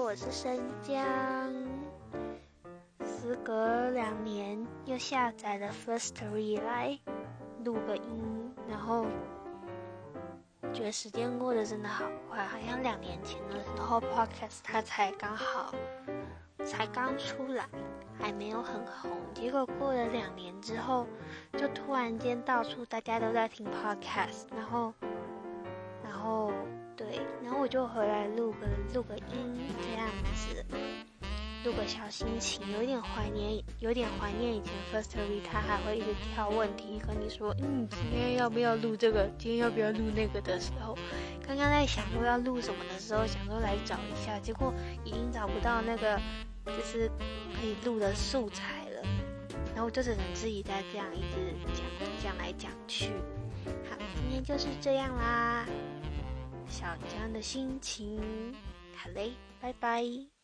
我是生姜。时隔2年，又下载了 Firstory 来录个音，然后觉得时间过得真的好快，好像2年前的时候 Podcast 它才刚出来，还没有很红，结果过了2年之后，就突然间到处大家都在听 Podcast， 然后我就回来录个音这样子，录个小心情，有点怀念以前 Firstory 它还会一直跳问题跟你说，今天要不要录这个，今天要不要录那个的时候，刚刚在想说要录什么的时候，想说来找一下，结果已经找不到那个就是可以录的素材了，然后我就只能自己再这样一直讲来讲去。好，今天就是这样啦，小江的心情，好嘞，拜拜。